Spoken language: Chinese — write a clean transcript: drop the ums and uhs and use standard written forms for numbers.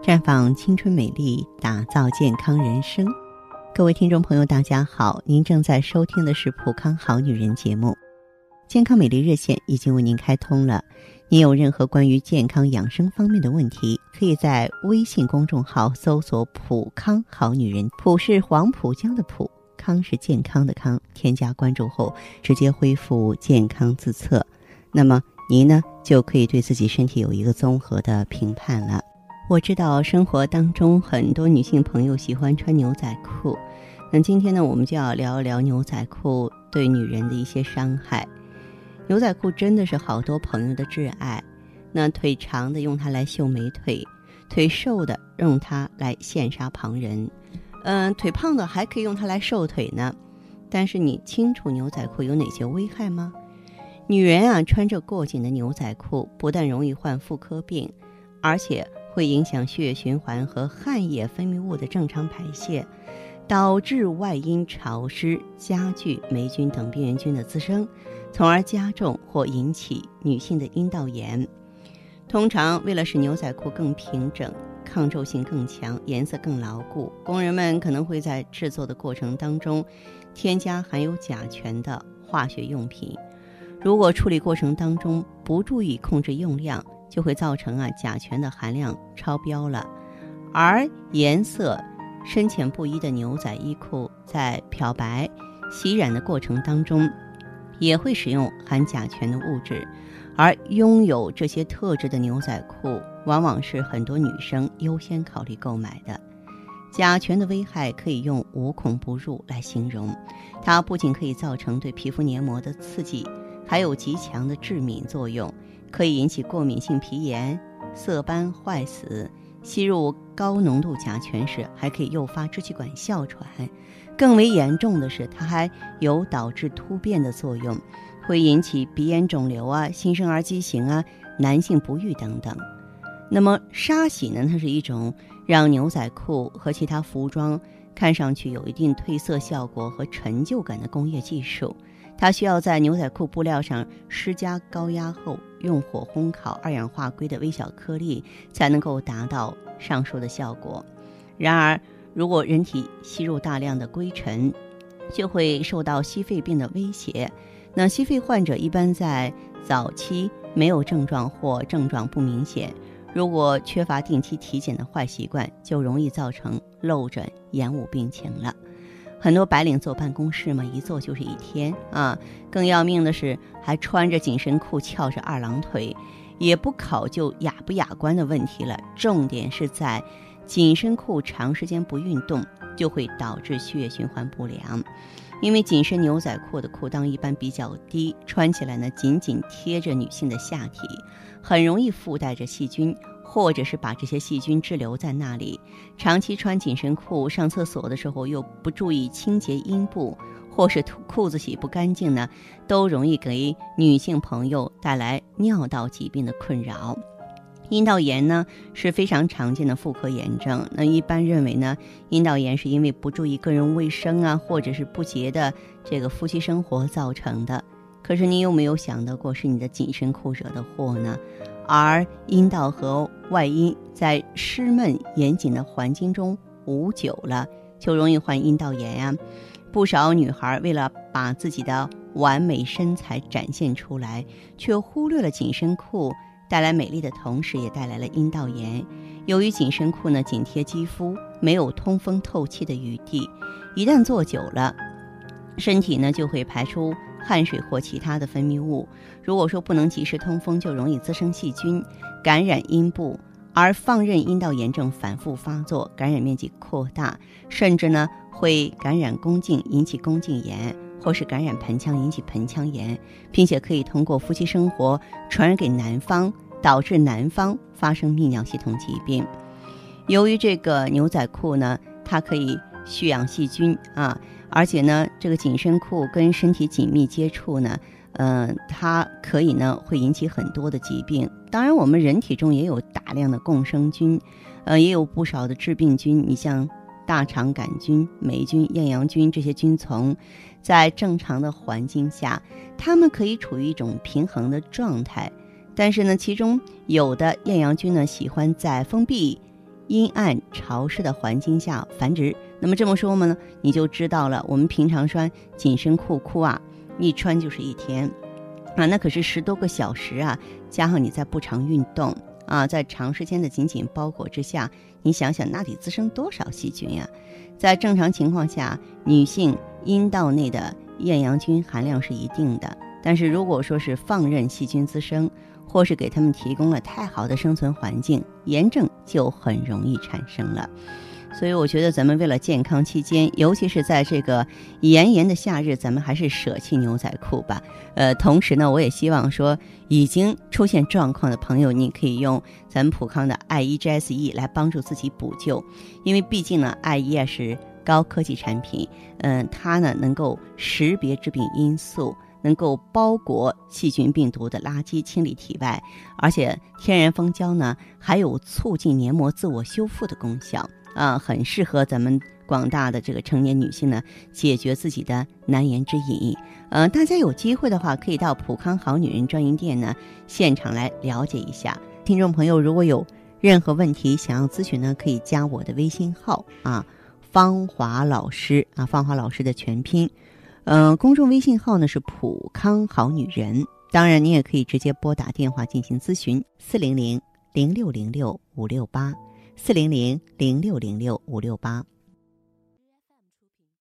绽放青春美丽，打造健康人生。各位听众朋友大家好，您正在收听的是普康好女人节目。健康美丽热线已经为您开通了，您有任何关于健康养生方面的问题，可以在微信公众号搜索普康好女人，普是黄浦江的浦，康是健康的康，添加关注后直接恢复健康自测，那么您呢就可以对自己身体有一个综合的评判了。我知道生活当中很多女性朋友喜欢穿牛仔裤，那今天呢我们就要聊一聊牛仔裤对女人的一些伤害。牛仔裤真的是好多朋友的挚爱，那腿长的用它来秀美腿，腿瘦的用它来羡煞旁人，腿胖的还可以用它来瘦腿呢。但是你清楚牛仔裤有哪些危害吗？女人啊，穿着过紧的牛仔裤不但容易患妇科病，而且会影响血液循环和汗液分泌物的正常排泄，导致外阴潮湿，加剧霉菌等病原菌的滋生，从而加重或引起女性的阴道炎。通常为了使牛仔裤更平整，抗皱性更强，颜色更牢固，工人们可能会在制作的过程当中添加含有甲醛的化学用品。如果处理过程当中不注意控制用量，就会造成甲醛的含量超标了。而颜色深浅不一的牛仔衣裤在漂白、洗染的过程当中也会使用含甲醛的物质，而拥有这些特质的牛仔裤往往是很多女生优先考虑购买的。甲醛的危害可以用无孔不入来形容，它不仅可以造成对皮肤黏膜的刺激，还有极强的致敏作用，可以引起过敏性皮炎、色斑、坏死。吸入高浓度甲醛时还可以诱发支气管哮喘，更为严重的是它还有导致突变的作用，会引起鼻炎肿瘤新生儿畸形男性不育等等。那么沙洗呢，它是一种让牛仔裤和其他服装看上去有一定褪色效果和成就感的工业技术。它需要在牛仔裤布料上施加高压后，用火烘烤二氧化硅的微小颗粒，才能够达到上述的效果。然而，如果人体吸入大量的灰尘，就会受到矽肺病的威胁。那矽肺患者一般在早期没有症状或症状不明显，如果缺乏定期体检的坏习惯，就容易造成漏诊延误病情了。很多白领坐办公室嘛，一坐就是一天更要命的是还穿着紧身裤翘着二郎腿，也不考究雅不雅观的问题了，重点是在紧身裤长时间不运动就会导致血液循环不良。因为紧身牛仔裤的裤裆一般比较低，穿起来呢紧紧贴着女性的下体，很容易附带着细菌，或者是把这些细菌滞留在那里。长期穿紧身裤上厕所的时候又不注意清洁阴部，或是裤子洗不干净呢，都容易给女性朋友带来尿道疾病的困扰。阴道炎呢是非常常见的妇科炎症，那一般认为呢，阴道炎是因为不注意个人卫生或者是不洁的这个夫妻生活造成的。可是你有没有想到过是你的紧身裤惹的祸呢？而阴道和外阴在湿闷严谨的环境中捂久了，就容易患阴道炎不少女孩为了把自己的完美身材展现出来，却忽略了紧身裤带来美丽的同时也带来了阴道炎。由于紧身裤呢紧贴肌肤，没有通风透气的余地，一旦坐久了，身体呢就会排出汗水或其他的分泌物，如果说不能及时通风，就容易滋生细菌，感染阴部，而放任阴道炎症反复发作，感染面积扩大，甚至呢会感染宫颈，引起宫颈炎，或是感染盆腔，引起盆腔炎，并且可以通过夫妻生活传染给男方，导致男方发生泌尿系统疾病。由于这个牛仔裤呢，它可以蓄养细菌而且呢，这个紧身裤跟身体紧密接触呢，它可以呢会引起很多的疾病。当然，我们人体中也有大量的共生菌，也有不少的致病菌。你像大肠杆菌、霉菌、厌阳菌这些菌丛，在正常的环境下，它们可以处于一种平衡的状态。但是呢，其中有的厌阳菌呢喜欢在封闭阴暗潮湿的环境下繁殖。那么这么说呢，你就知道了，我们平常穿紧身裤啊，一穿就是一天啊，那可是10多个小时啊，加上你在不常运动啊，在长时间的紧紧包裹之下，你想想那得滋生多少细菌呀？在正常情况下，女性阴道内的厌氧菌含量是一定的，但是如果说是放任细菌滋生，或是给他们提供了太好的生存环境，炎症就很容易产生了。所以我觉得咱们为了健康期间，尤其是在这个炎的夏日，咱们还是舍弃牛仔裤吧。同时呢，我也希望说已经出现状况的朋友，你可以用咱们普康的 IEGSE 来帮助自己补救，因为毕竟呢 IE 是高科技产品，它呢能够识别致病因素，能够包裹细菌病毒的垃圾，清理体外，而且天然蜂胶呢还有促进黏膜自我修复的功效啊，很适合咱们广大的这个成年女性呢解决自己的难言之隐。大家有机会的话，可以到普康好女人专营店呢现场来了解一下。听众朋友如果有任何问题想要咨询呢，可以加我的微信号啊，芳华老师啊，芳华老师的全拼。公众微信号呢是普康好女人，当然你也可以直接拨打电话进行咨询，400-0606-568，400-0606-568。